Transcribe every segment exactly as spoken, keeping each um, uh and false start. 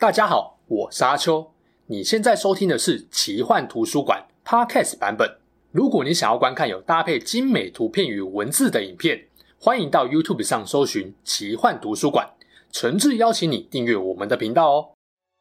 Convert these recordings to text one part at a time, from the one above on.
大家好，我是阿秋。你现在收听的是奇幻图书馆 Podcast 版本。如果你想要观看有搭配精美图片与文字的影片，欢迎到 YouTube 上搜寻奇幻图书馆，诚挚邀请你订阅我们的频道哦。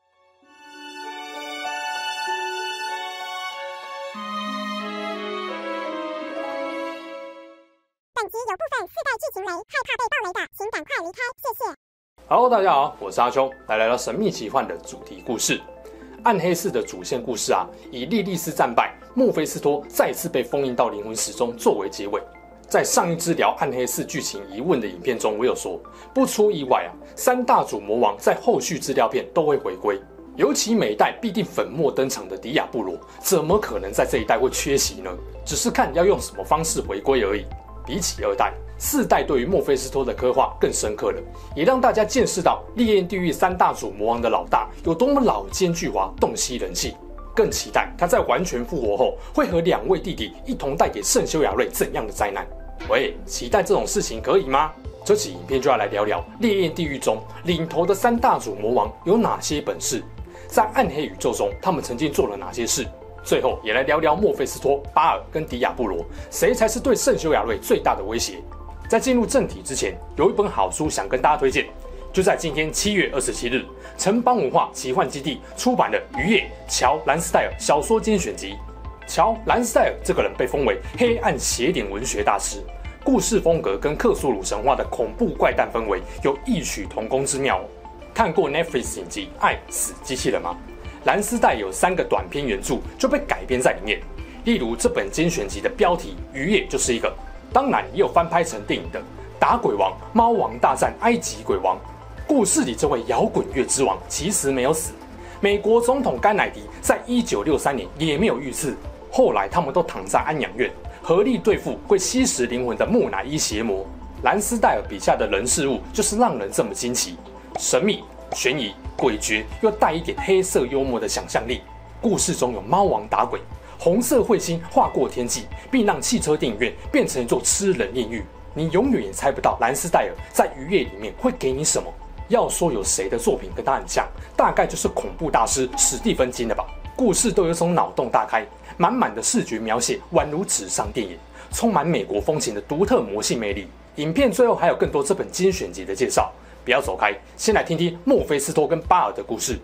本集有部分附带剧情为害怕被暴雷的，请赶快离开，谢谢。 Hello， 大家好，我是阿秋，来聊聊神秘奇幻的主题故事。暗黑四的主线故事啊，以莉莉丝战败，墨菲斯托再次被封印到灵魂石中作为结尾。在上一支聊暗黑四剧情疑问的影片中，我有说，不出意外啊，三大主魔王在后续资料片都会回归，尤其每一代必定粉墨登场的迪亚布罗，怎么可能在这一代会缺席呢？只是看要用什么方式回归而已。比起二代，四代对于墨菲斯托的刻画更深刻了，也让大家见识到烈焰地狱三大主魔王的老大有多么老奸巨猾，洞悉人性。更期待他在完全复活后会和两位弟弟一同带给圣修亚瑞怎样的灾难。喂，期待这种事情可以吗？这期影片就要来聊聊烈焰地狱中领头的三大主魔王有哪些本事，在暗黑宇宙中他们曾经做了哪些事。最后也来聊聊墨菲斯托、巴尔跟迪亚布罗，谁才是对圣修亚瑞最大的威胁。在进入正题之前，有一本好书想跟大家推荐，就在今天七月二十七日，城邦文化奇幻基地出版的《渔业乔兰斯戴尔小说精选集》。乔兰斯戴尔这个人被封为黑暗邪典文学大师，故事风格跟克苏鲁神话的恐怖怪诞氛围有异曲同工之妙哦。看过 Netflix 影集《爱死机器人》吗？兰斯戴有三个短篇原著就被改编在里面，例如这本精选集的标题《渔业》就是一个，当然也有翻拍成电影的《打鬼王：猫王大战埃及鬼王》。故事里这位摇滚乐之王其实没有死，美国总统甘乃迪在一九六三年也没有遇刺，后来他们都躺在安养院，合力对付会吸食灵魂的木乃伊邪魔。兰斯戴尔笔下的人事物就是让人这么惊奇，神秘、悬疑、诡谲，又带一点黑色幽默的想象力。故事中有猫王打鬼，红色彗星划过天际，并让汽车电影院变成一座吃人炼狱。你永远也猜不到兰斯戴尔在渔业里面会给你什么。要说有谁的作品跟他很像，大概就是恐怖大师史蒂芬金了吧。故事都有种脑洞大开，满满的视觉描写宛如纸上电影，充满美国风情的独特魔性魅力。影片最后还有更多这本精选集的介绍，不要走开，先来听听墨菲斯托跟巴尔的故事。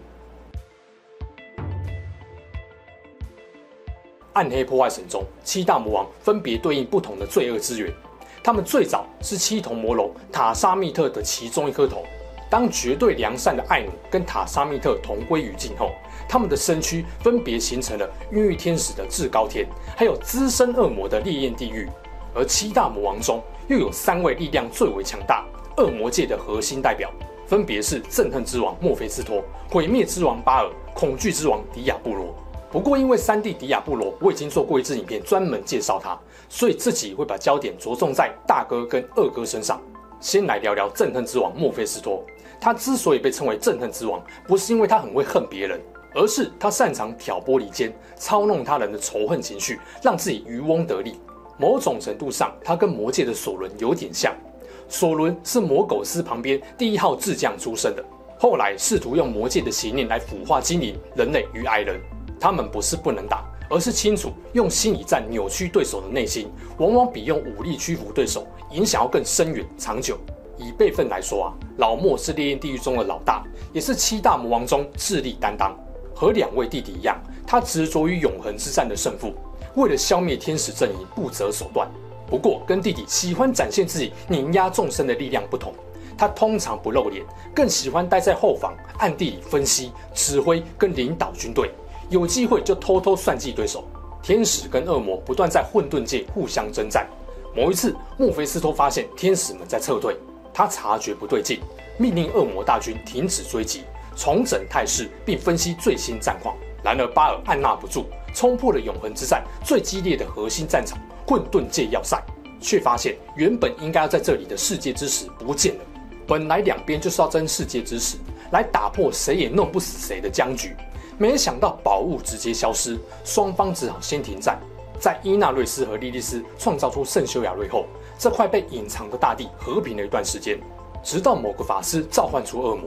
暗黑破坏神中，七大魔王分别对应不同的罪恶之源。他们最早是七头魔龙塔沙密特的其中一颗头。当绝对良善的艾努跟塔沙密特同归于尽后，他们的身躯分别形成了孕育天使的至高天，还有滋生恶魔的烈焰地狱。而七大魔王中，又有三位力量最为强大、恶魔界的核心代表，分别是憎恨之王墨菲斯托、毁灭之王巴尔、恐惧之王迪亚布罗。不过因为三弟迪亚布罗我已经做过一支影片专门介绍他，所以这集会把焦点着重在大哥跟二哥身上。先来聊聊憎恨之王墨菲斯托。他之所以被称为憎恨之王，不是因为他很会恨别人，而是他擅长挑拨离间，操弄他人的仇恨情绪，让自己渔翁得利。某种程度上，他跟魔界的索伦有点像。索伦是魔苟斯旁边第一号智将出身的，后来试图用魔界的邪念来腐化精灵、人类与矮人。他们不是不能打，而是清楚用心理战扭曲对手的内心，往往比用武力屈服对手影响要更深远长久。以辈分来说啊，老莫是烈焰地狱中的老大，也是七大魔王中智力担当。和两位弟弟一样，他执着于永恒之战的胜负，为了消灭天使阵营不择手段。不过跟弟弟喜欢展现自己碾压众生的力量不同，他通常不露脸，更喜欢待在后方，暗地里分析、指挥跟领导军队，有机会就偷偷算计对手。天使跟恶魔不断在混沌界互相征战。某一次，墨菲斯托发现天使们在撤退，他察觉不对劲，命令恶魔大军停止追击，重整态势，并分析最新战况。然而巴尔按捺不住，冲破了永恒之战最激烈的核心战场——混沌界要塞，却发现原本应该要在这里的世界之石不见了。本来两边就是要争世界之石，来打破谁也弄不死谁的僵局，没想到宝物直接消失，双方只好先停战。在伊纳瑞斯和莉莉丝创造出圣修亚瑞后，这块被隐藏的大地和平了一段时间，直到某个法师召唤出恶魔，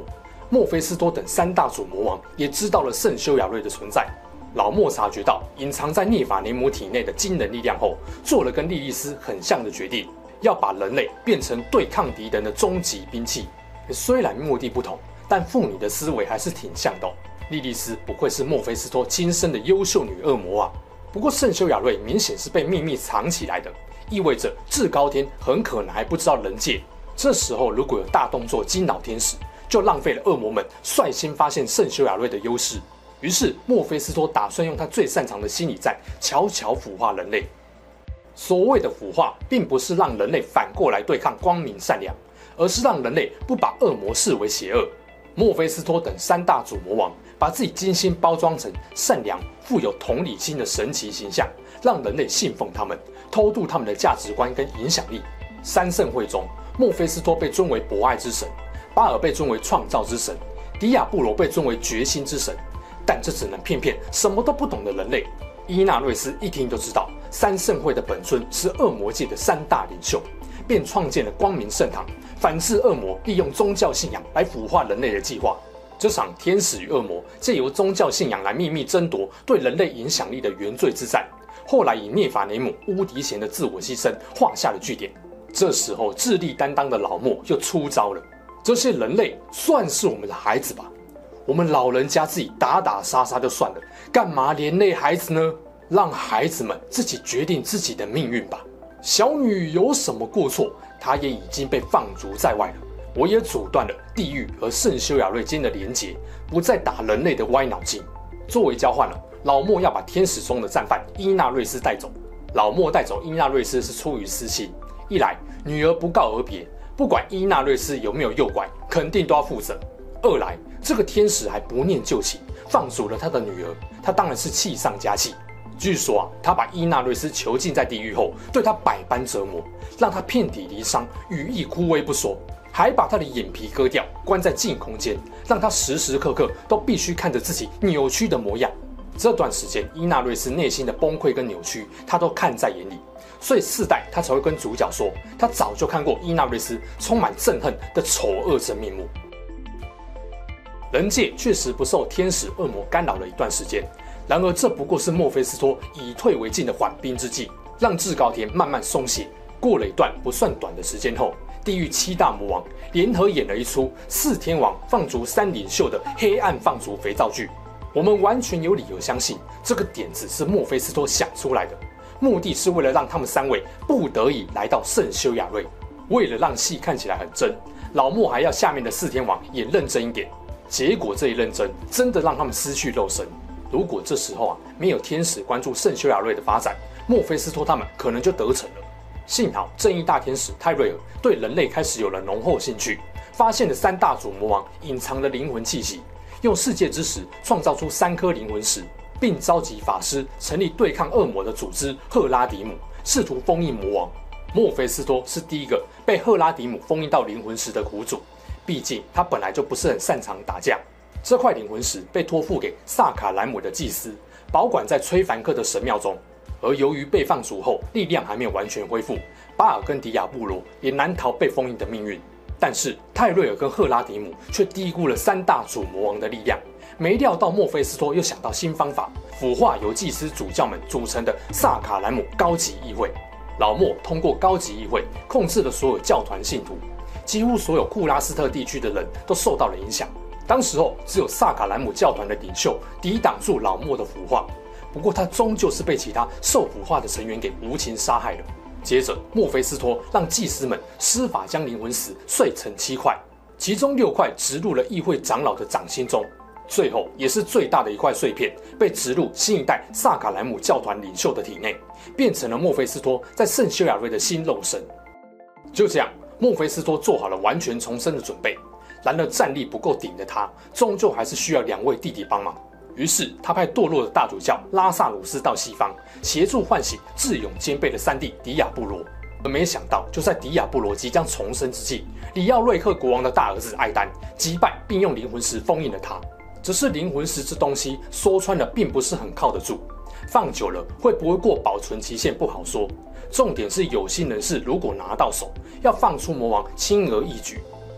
墨菲斯托等三大主魔王也知道了圣修亚瑞的存在。老莫察觉到隐藏在涅法雷姆体内的惊人力量后，做了跟莉莉丝很像的决定，要把人类变成对抗敌人的终极兵器。虽然目的不同，但妇女的思维还是挺像的哦。莉莉丝不愧是墨菲斯托亲生的优秀女恶魔啊！不过圣修亚瑞明显是被秘密藏起来的，意味着至高天很可能还不知道人界。这时候如果有大动作惊扰天使，就浪费了恶魔们率先发现圣修亚瑞的优势。于是墨菲斯托打算用他最擅长的心理战，悄悄腐化人类。所谓的腐化，并不是让人类反过来对抗光明善良，而是让人类不把恶魔视为邪恶。墨菲斯托等三大主魔王把自己精心包装成善良、富有同理心的神奇形象，让人类信奉他们，偷渡他们的价值观跟影响力。三圣会中，墨菲斯托被尊为博爱之神，巴尔被尊为创造之神，迪亚布罗被尊为决心之神。但这只能骗骗什么都不懂的人类。伊纳瑞斯一听就知道，三圣会的本尊是恶魔界的三大领袖，便创建了光明圣堂，反制恶魔利用宗教信仰来腐化人类的计划。这场天使与恶魔借由宗教信仰来秘密争夺对人类影响力的原罪之战，后来以涅法雷姆乌迪贤的自我牺牲画下了句点。这时候智力担当的老莫又出招了：这些人类算是我们的孩子吧？我们老人家自己打打杀杀就算了，干嘛连累孩子呢？让孩子们自己决定自己的命运吧。小女有什么过错，她也已经被放逐在外了。我也阻断了地狱和圣修亚瑞间的连结，不再打人类的歪脑筋。作为交换了，老莫要把天使中的战犯伊纳瑞斯带走。老莫带走伊纳瑞斯是出于私心，一来女儿不告而别，不管伊纳瑞斯有没有诱拐，肯定都要负责；二来这个天使还不念旧情，放逐了他的女儿，他当然是气上加气。据说啊，他把伊纳瑞斯囚禁在地狱后，对他百般折磨，让他遍体鳞伤，羽翼枯萎不说，还把他的眼皮割掉，关在净空间，让他时时刻刻都必须看着自己扭曲的模样。这段时间，伊纳瑞斯内心的崩溃跟扭曲，他都看在眼里，所以四代他才会跟主角说，他早就看过伊纳瑞斯充满憎恨的丑恶真面目。人界确实不受天使恶魔干扰了一段时间，然而这不过是墨菲斯托以退为进的缓兵之计，让至高天慢慢松懈。过了一段不算短的时间后，地狱七大魔王联合演了一出四天王放逐三领袖的黑暗放逐肥皂剧。我们完全有理由相信，这个点子是墨菲斯托想出来的，目的是为了让他们三位不得已来到圣修亚瑞。为了让戏看起来很真，老莫还要下面的四天王也认真一点。结果这一认真，真的让他们失去肉身。如果这时候啊没有天使关注圣修亚瑞的发展，墨菲斯托他们可能就得逞了。幸好正义大天使泰瑞尔对人类开始有了浓厚兴趣，发现了三大主魔王隐藏的灵魂气息，用世界之石创造出三颗灵魂石，并召集法师成立对抗恶魔的组织赫拉迪姆，试图封印魔王。墨菲斯托是第一个被赫拉迪姆封印到灵魂石的苦主，毕竟他本来就不是很擅长打架。这块灵魂石被托付给萨卡兰姆的祭司，保管在崔凡克的神庙中。而由于被放逐后力量还没有完全恢复，巴尔跟迪亚布罗也难逃被封印的命运。但是泰瑞尔跟赫拉迪姆却低估了三大主魔王的力量，没料到墨菲斯托又想到新方法，腐化由祭司主教们组成的萨卡兰姆高级议会。老莫通过高级议会控制了所有教团信徒，几乎所有库拉斯特地区的人都受到了影响。当时候只有萨卡兰姆教团的领袖抵挡住老莫的腐化，不过他终究是被其他受腐化的成员给无情杀害了。接着墨菲斯托让祭司们施法将灵魂石碎成七块，其中六块植入了议会长老的掌心中，最后也是最大的一块碎片被植入新一代萨卡兰姆教团领袖的体内，变成了墨菲斯托在圣修亚瑞的新肉身。就这样，墨菲斯托做好了完全重生的准备。然而战力不够顶的他，终究还是需要两位弟弟帮忙。于是他派堕落的大主教拉萨鲁斯到西方，协助唤醒智勇兼备的三弟迪亚布罗。而没想到，就在迪亚布罗即将重生之际，里奥瑞克国王的大儿子艾丹击败并用灵魂石封印了他。只是灵魂石这东西说穿了并不是很靠得住，放久了会不会过保存期限不好说。重点是有心人士如果拿到手，要放出魔王轻而易举。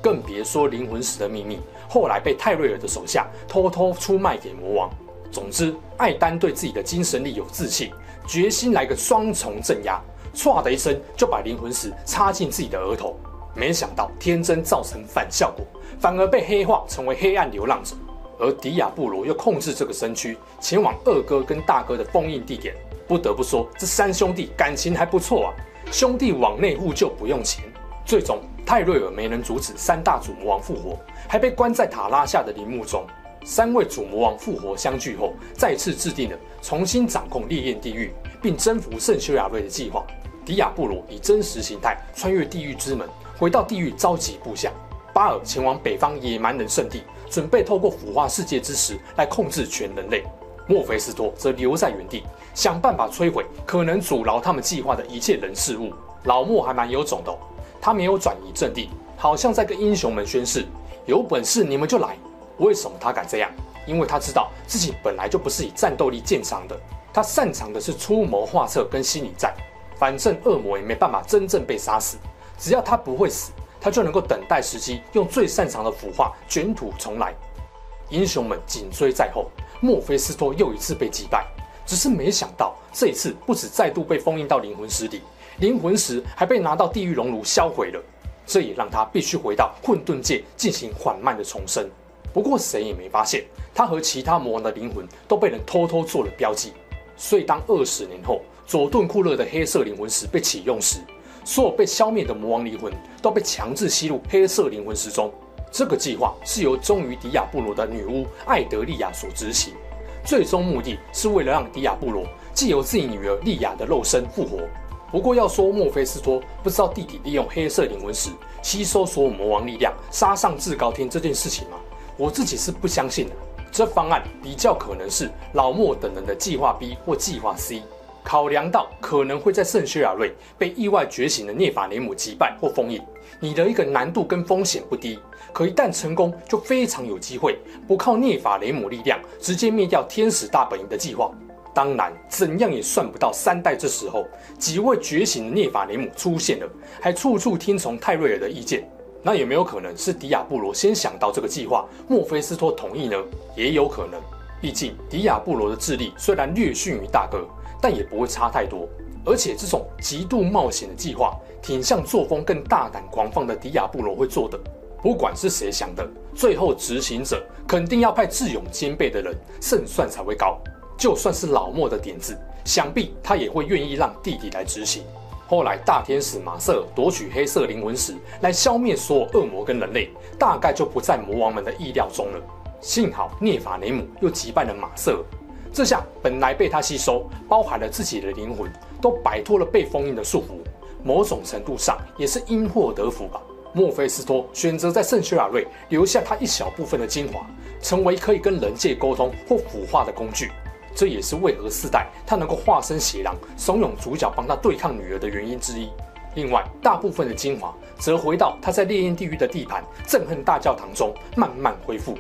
更别说灵魂石的秘密后来被泰瑞尔的手下偷偷出卖给魔王。总之，艾丹对自己的精神力有自信，决心来个双重镇压，唰的一声就把灵魂石插进自己的额头。没想到天真造成反效果，反而被黑化成为黑暗流浪者。而迪亚布罗又控制这个身躯，前往二哥跟大哥的封印地点。不得不说，这三兄弟感情还不错啊，兄弟往内互救不用钱。最终，泰瑞尔没能阻止三大主魔王复活，还被关在塔拉下的陵墓中。三位主魔王复活相聚后，再次制定了重新掌控烈焰地狱并征服圣修亚瑞的计划。迪亚布罗以真实形态穿越地狱之门，回到地狱召集部下。巴尔前往北方野蛮人圣地，准备透过腐化世界之石来控制全人类。墨菲斯托则留在原地，想办法摧毁可能阻挠他们计划的一切人事物。老莫还蛮有种的哦，他没有转移阵地，好像在跟英雄们宣誓：有本事你们就来。为什么他敢这样？因为他知道自己本来就不是以战斗力见长的，他擅长的是出谋划策跟心理战。反正恶魔也没办法真正被杀死，只要他不会死，他就能够等待时机，用最擅长的腐化卷土重来。英雄们紧追在后，墨菲斯托又一次被击败。只是没想到，这一次不止再度被封印到灵魂石里，灵魂石还被拿到地狱熔炉销毁了。这也让他必须回到混沌界进行缓慢的重生。不过谁也没发现，他和其他魔王的灵魂都被人偷偷做了标记。所以当二十年后，佐顿库勒的黑色灵魂石被启用时，所有被消灭的魔王灵魂都被强制吸入黑色灵魂石中。这个计划是由忠于迪亚布罗的女巫艾德利亚所执行，最终目的是为了让迪亚布罗藉由自己女儿莉亚的肉身复活。不过要说墨菲斯托不知道弟弟利用黑色灵魂石吸收所有魔王力量，杀上至高天这件事情吗？我自己是不相信的。这方案比较可能是老莫等人的计划 B 或计划 C。考量到可能会在圣薛亚瑞被意外觉醒的涅法雷姆击败或封印，你的一个难度跟风险不低，可一旦成功，就非常有机会不靠涅法雷姆力量直接灭掉天使大本营的计划。当然，怎样也算不到三代这时候几位觉醒的涅法雷姆出现了，还处处听从泰瑞尔的意见。那有没有可能是迪亚布罗先想到这个计划，墨菲斯托同意呢？也有可能，毕竟迪亚布罗的智力虽然略逊于大哥，但也不会差太多。而且这种极度冒险的计划，挺像作风更大胆狂放的迪亚布罗会做的。不管是谁想的，最后执行者肯定要派智勇兼备的人，胜算才会高。就算是老莫的点子，想必他也会愿意让弟弟来执行。后来大天使马瑟尔夺取黑色灵魂石来消灭所有恶魔跟人类，大概就不在魔王们的意料中了。幸好涅法雷姆又击败了马瑟尔，这下本来被他吸收包含了自己的灵魂都摆脱了被封印的束缚，某种程度上也是因祸得福吧。墨菲斯托选择在圣薛亚瑞留下他一小部分的精华，成为可以跟人界沟通或腐化的工具。这也是为何四代他能够化身邪狼，怂恿主角帮他对抗女儿的原因之一。另外，大部分的精华则回到他在烈焰地狱的地盘憎恨大教堂中慢慢恢复。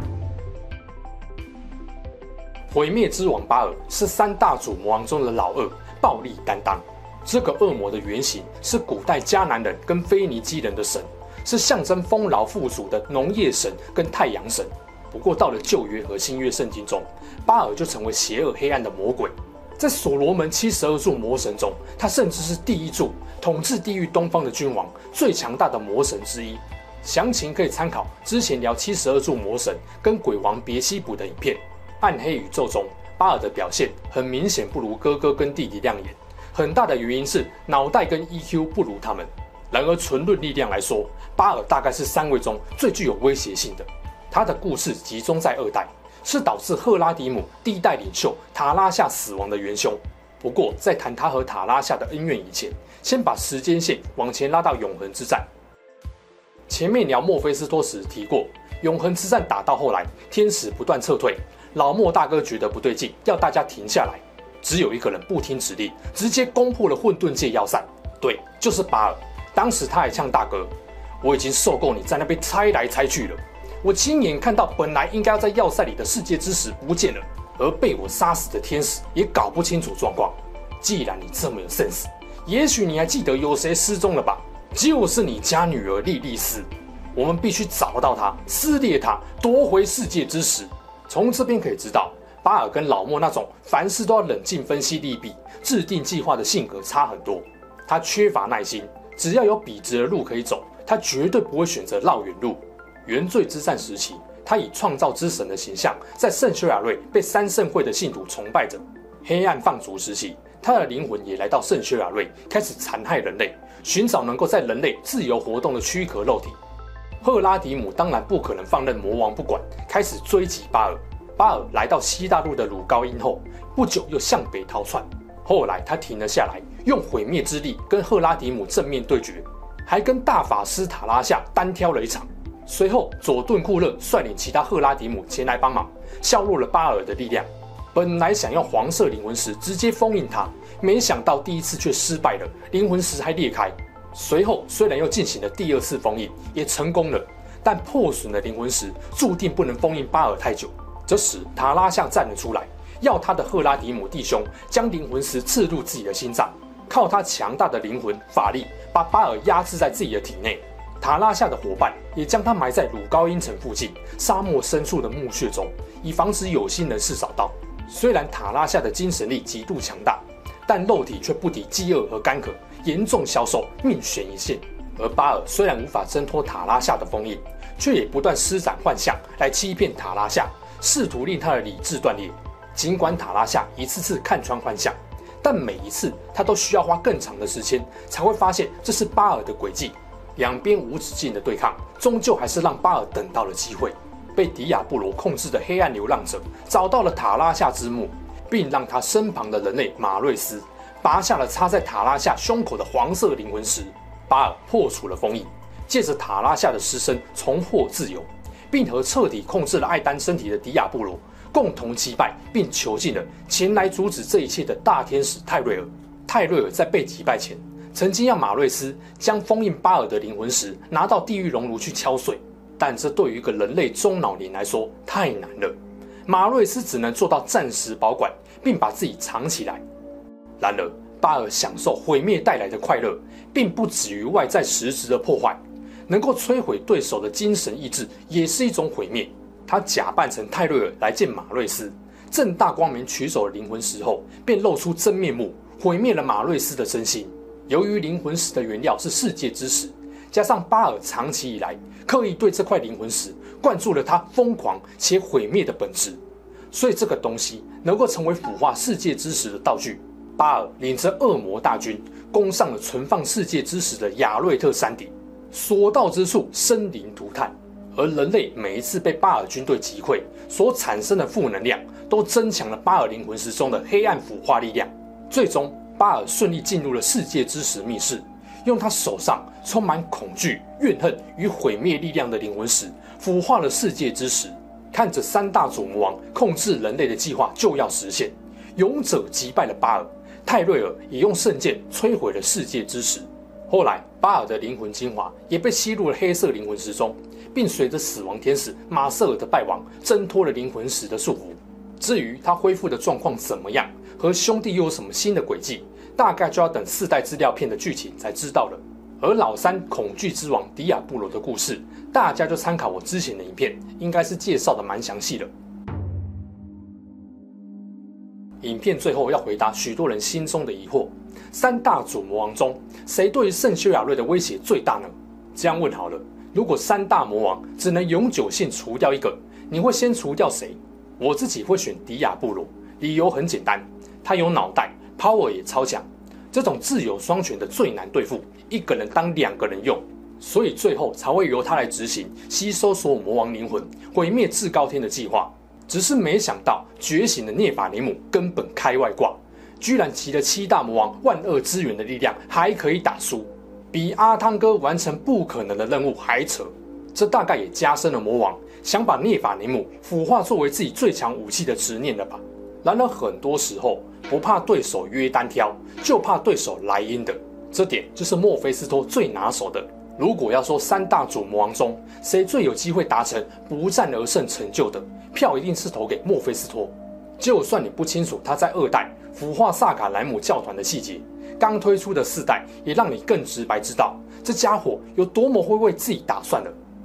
毁灭之王巴尔是三大主魔王中的老二，暴力担当。这个恶魔的原型是古代迦南人跟腓尼基人的神，是象征丰饶富足的农业神跟太阳神。不过到了旧约和新约圣经中，巴尔就成为邪恶黑暗的魔鬼。在所罗门七十二柱魔神中，他甚至是第一柱统治地狱东方的君王，最强大的魔神之一。详情可以参考之前聊七十二柱魔神跟鬼王别西卜的影片。暗黑宇宙中，巴尔的表现很明显不如哥哥跟弟弟亮眼，很大的原因是脑袋跟 E Q 不如他们。然而纯论力量来说，巴尔大概是三位中最具有威胁性的。他的故事集中在二代，是导致赫拉迪姆第一代领袖塔拉夏死亡的元凶。不过在谈他和塔拉夏的恩怨以前，先把时间线往前拉到永恒之战。前面聊墨菲斯托时提过，永恒之战打到后来，天使不断撤退，老莫大哥觉得不对劲，要大家停下来。只有一个人不听指令，直接攻破了混沌界要塞，对，就是巴尔。当时他还呛大哥：“我已经受够你在那边猜来猜去了。我亲眼看到本来应该要在要塞里的世界之石不见了，而被我杀死的天使也搞不清楚状况。既然你这么有 sense， 也许你还记得有谁失踪了吧？就是你家女儿莉莉丝。” 我们必须找到它，撕裂它，夺回世界之石。从这边可以知道，巴尔跟老莫那种凡事都要冷静分析利弊、制定计划的性格差很多。他缺乏耐心，只要有笔直的路可以走，他绝对不会选择绕远路。原罪之战时期，他以创造之神的形象，在圣修亚瑞被三圣会的信徒崇拜着。黑暗放逐时期，他的灵魂也来到圣修亚瑞，开始残害人类，寻找能够在人类自由活动的躯壳肉体。赫拉迪姆当然不可能放任魔王不管，开始追击巴尔。巴尔来到西大陆的鲁高因后，不久又向北逃窜。后来他停了下来，用毁灭之力跟赫拉迪姆正面对决，还跟大法师塔拉夏单挑了一场。随后，佐顿库勒率领其他赫拉迪姆前来帮忙，削弱了巴尔的力量。本来想用黄色灵魂石直接封印他，没想到第一次却失败了，灵魂石还裂开。随后虽然又进行了第二次封印，也成功了，但破损的灵魂石注定不能封印巴尔太久。这时塔拉夏站了出来，要他的赫拉迪姆弟兄将灵魂石刺入自己的心脏，靠他强大的灵魂法力把巴尔压制在自己的体内。塔拉夏的伙伴也将他埋在鲁高因城附近沙漠深处的墓穴中，以防止有心人士找到。虽然塔拉夏的精神力极度强大，但肉体却不敌饥饿和干渴，严重消瘦，命悬一线。而巴尔虽然无法挣脱塔拉夏的封印，却也不断施展幻象来欺骗塔拉夏，试图令他的理智断裂。尽管塔拉夏一次次看穿幻象，但每一次他都需要花更长的时间才会发现这是巴尔的诡计。两边无止境的对抗，终究还是让巴尔等到了机会。被迪亚布罗控制的黑暗流浪者找到了塔拉夏之墓，并让他身旁的人类马瑞斯拔下了插在塔拉夏胸口的黄色灵魂石。巴尔破除了封印，借着塔拉夏的尸身重获自由，并和彻底控制了艾丹身体的迪亚布罗共同击败并囚禁了前来阻止这一切的大天使泰瑞尔。泰瑞尔在被击败前，曾经让马瑞斯将封印巴尔的灵魂石拿到地狱熔炉去敲碎，但这对于一个人类中老年来说太难了。马瑞斯只能做到暂时保管，并把自己藏起来。然而，巴尔享受毁灭带来的快乐，并不止于外在实质的破坏，能够摧毁对手的精神意志也是一种毁灭。他假扮成泰瑞尔来见马瑞斯，正大光明取走了灵魂石后，便露出真面目，毁灭了马瑞斯的身心。由于灵魂石的原料是世界之石，加上巴尔长期以来刻意对这块灵魂石灌注了他疯狂且毁灭的本质，所以这个东西能够成为腐化世界之石的道具。巴尔领着恶魔大军攻上了存放世界之石的亚瑞特山顶，所到之处生灵涂炭。而人类每一次被巴尔军队击溃所产生的负能量，都增强了巴尔灵魂石中的黑暗腐化力量。最终，巴尔顺利进入了世界之石密室，用他手上充满恐惧、怨恨与毁灭力量的灵魂石腐化了世界之石。看着三大主魔王控制人类的计划就要实现，勇者击败了巴尔，泰瑞尔也用圣剑摧毁了世界之石。后来，巴尔的灵魂精华也被吸入了黑色灵魂石中，并随着死亡天使马瑟尔的败亡，挣脱了灵魂石的束缚。至于他恢复的状况怎么样，和兄弟又有什么新的轨迹，大概就要等四代资料片的剧情才知道了。而老三恐惧之王迪亚布罗的故事，大家就参考我之前的影片，应该是介绍的蛮详细的。影片最后要回答许多人心中的疑惑：三大主魔王中，谁对于圣修亚瑞的威胁最大呢？这样问好了，如果三大魔王只能永久性除掉一个，你会先除掉谁？我自己会选迪亚布罗，理由很简单，他有脑袋 ，power 也超强，这种自有双全的最难对付，一个人当两个人用，所以最后才会由他来执行吸收所有魔王灵魂、毁灭至高天的计划。只是没想到觉醒的涅法雷姆根本开外挂，居然集了七大魔王万恶之源的力量，还可以打输，比阿汤哥完成不可能的任务还扯。这大概也加深了魔王想把涅法雷姆腐化作为自己最强武器的执念了吧。然而很多时候不怕对手约单挑，就怕对手来阴的，这点就是墨菲斯托最拿手的。如果要说三大主魔王中谁最有机会达成不战而胜成就的，票一定是投给墨菲斯托。就算你不清楚他在二代腐化萨卡莱姆教团的细节，刚推出的四代也让你更直白知道这家伙有多么会为自己打算了。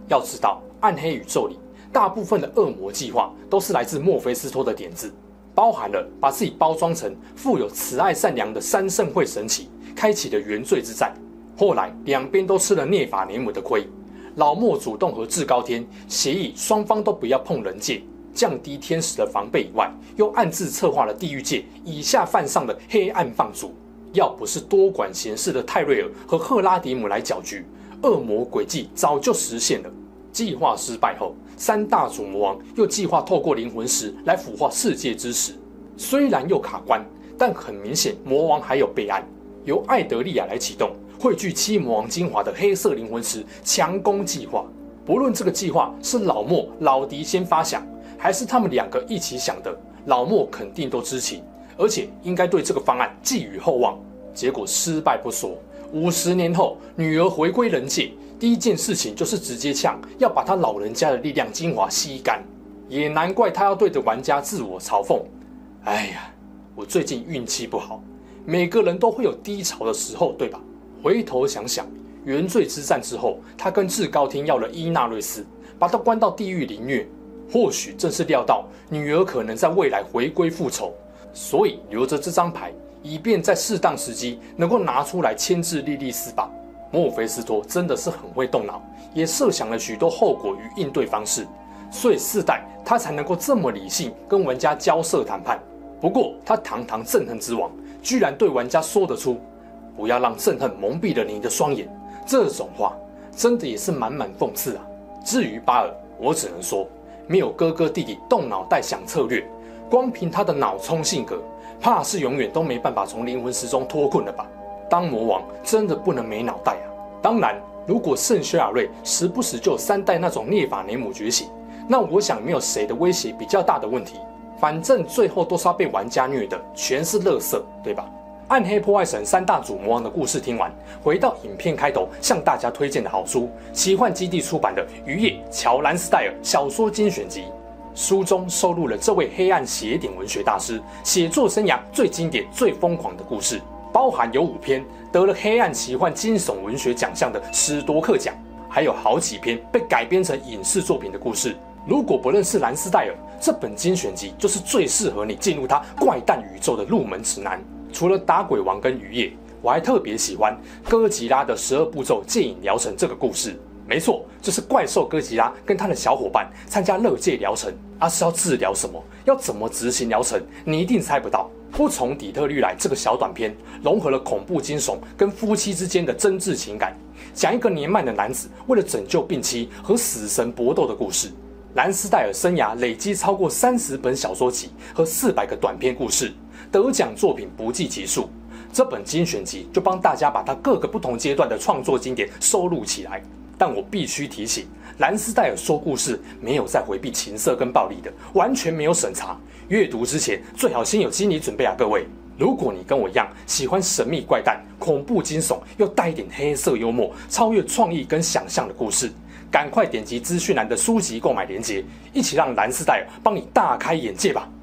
要知道，暗黑宇宙里大部分的恶魔计划都是来自墨菲斯托的点子，包含了把自己包装成富有慈爱善良的三圣会神祇，开启了原罪之战。后来两边都吃了涅法联盟的亏，老莫主动和至高天协议，双方都不要碰人界，降低天使的防备以外，又暗自策划了地狱界以下犯上的黑暗放逐。要不是多管闲事的泰瑞尔和赫拉迪姆来搅局，恶魔诡计早就实现了。计划失败后，三大主魔王又计划透过灵魂石来腐化世界之石。虽然又卡关，但很明显魔王还有备案，由艾德利亚来启动汇聚七魔王精华的黑色灵魂石强攻计划。不论这个计划是老莫、老迪先发想，还是他们两个一起想的，老莫肯定都知情，而且应该对这个方案寄予厚望。结果失败不说，五十年后女儿回归人界，第一件事情就是直接呛要把他老人家的力量精华吸干。也难怪他要对着玩家自我嘲讽。哎呀，我最近运气不好，每个人都会有低潮的时候，对吧？回头想想，原罪之战之后，他跟至高天要了伊纳瑞斯，把他关到地狱凌虐。或许正是料到女儿可能在未来回归复仇，所以留着这张牌，以便在适当时机能够拿出来牵制莉莉丝吧。墨菲斯托真的是很会动脑，也设想了许多后果与应对方式，所以四代他才能够这么理性跟玩家交涉谈判。不过他堂堂憎恨之王，居然对玩家说得出不要让憎恨蒙蔽了你的双眼，这种话真的也是满满讽刺啊。至于巴尔，我只能说没有哥哥弟弟动脑袋想策略，光凭他的脑冲性格，怕是永远都没办法从灵魂石中脱困了吧。当魔王真的不能没脑袋啊。当然，如果圣薛亚瑞时不时就有三代那种涅法雷姆觉醒，那我想没有谁的威胁比较大的问题。反正最后都是要被玩家虐的，全是垃圾，对吧？暗黑破坏神三大主魔王的故事听完，回到影片开头向大家推荐的好书——奇幻基地出版的《渔业乔兰斯戴尔小说精选集》。书中收录了这位黑暗邪典文学大师写作生涯最经典、最疯狂的故事，包含有五篇得了黑暗奇幻惊悚文学奖项的史铎克奖，还有好几篇被改编成影视作品的故事。如果不认识兰斯戴尔，这本精选集就是最适合你进入他怪诞宇宙的入门指南。除了打鬼王跟渔业，我还特别喜欢哥吉拉的十二步骤戒瘾疗程这个故事。没错，就是怪兽哥吉拉跟他的小伙伴参加乐戒疗程，啊是要治疗什么，要怎么执行疗程，你一定猜不到。不从底特律来这个小短片，融合了恐怖惊悚跟夫妻之间的真挚情感，讲一个年迈的男子为了拯救病妻和死神搏斗的故事。兰斯戴尔生涯累积超过三十本小说集和四百个短篇故事，得奖作品不计其数。这本精选集就帮大家把他各个不同阶段的创作经典收录起来。但我必须提醒，兰斯戴尔说故事没有在回避情色跟暴力的，完全没有审查。阅读之前最好先有心理准备啊，各位。如果你跟我一样喜欢神秘怪诞、恐怖惊悚，又带一点黑色幽默、超越创意跟想象的故事，赶快点击资讯栏的书籍购买链接，一起让兰斯戴尔帮你大开眼界吧。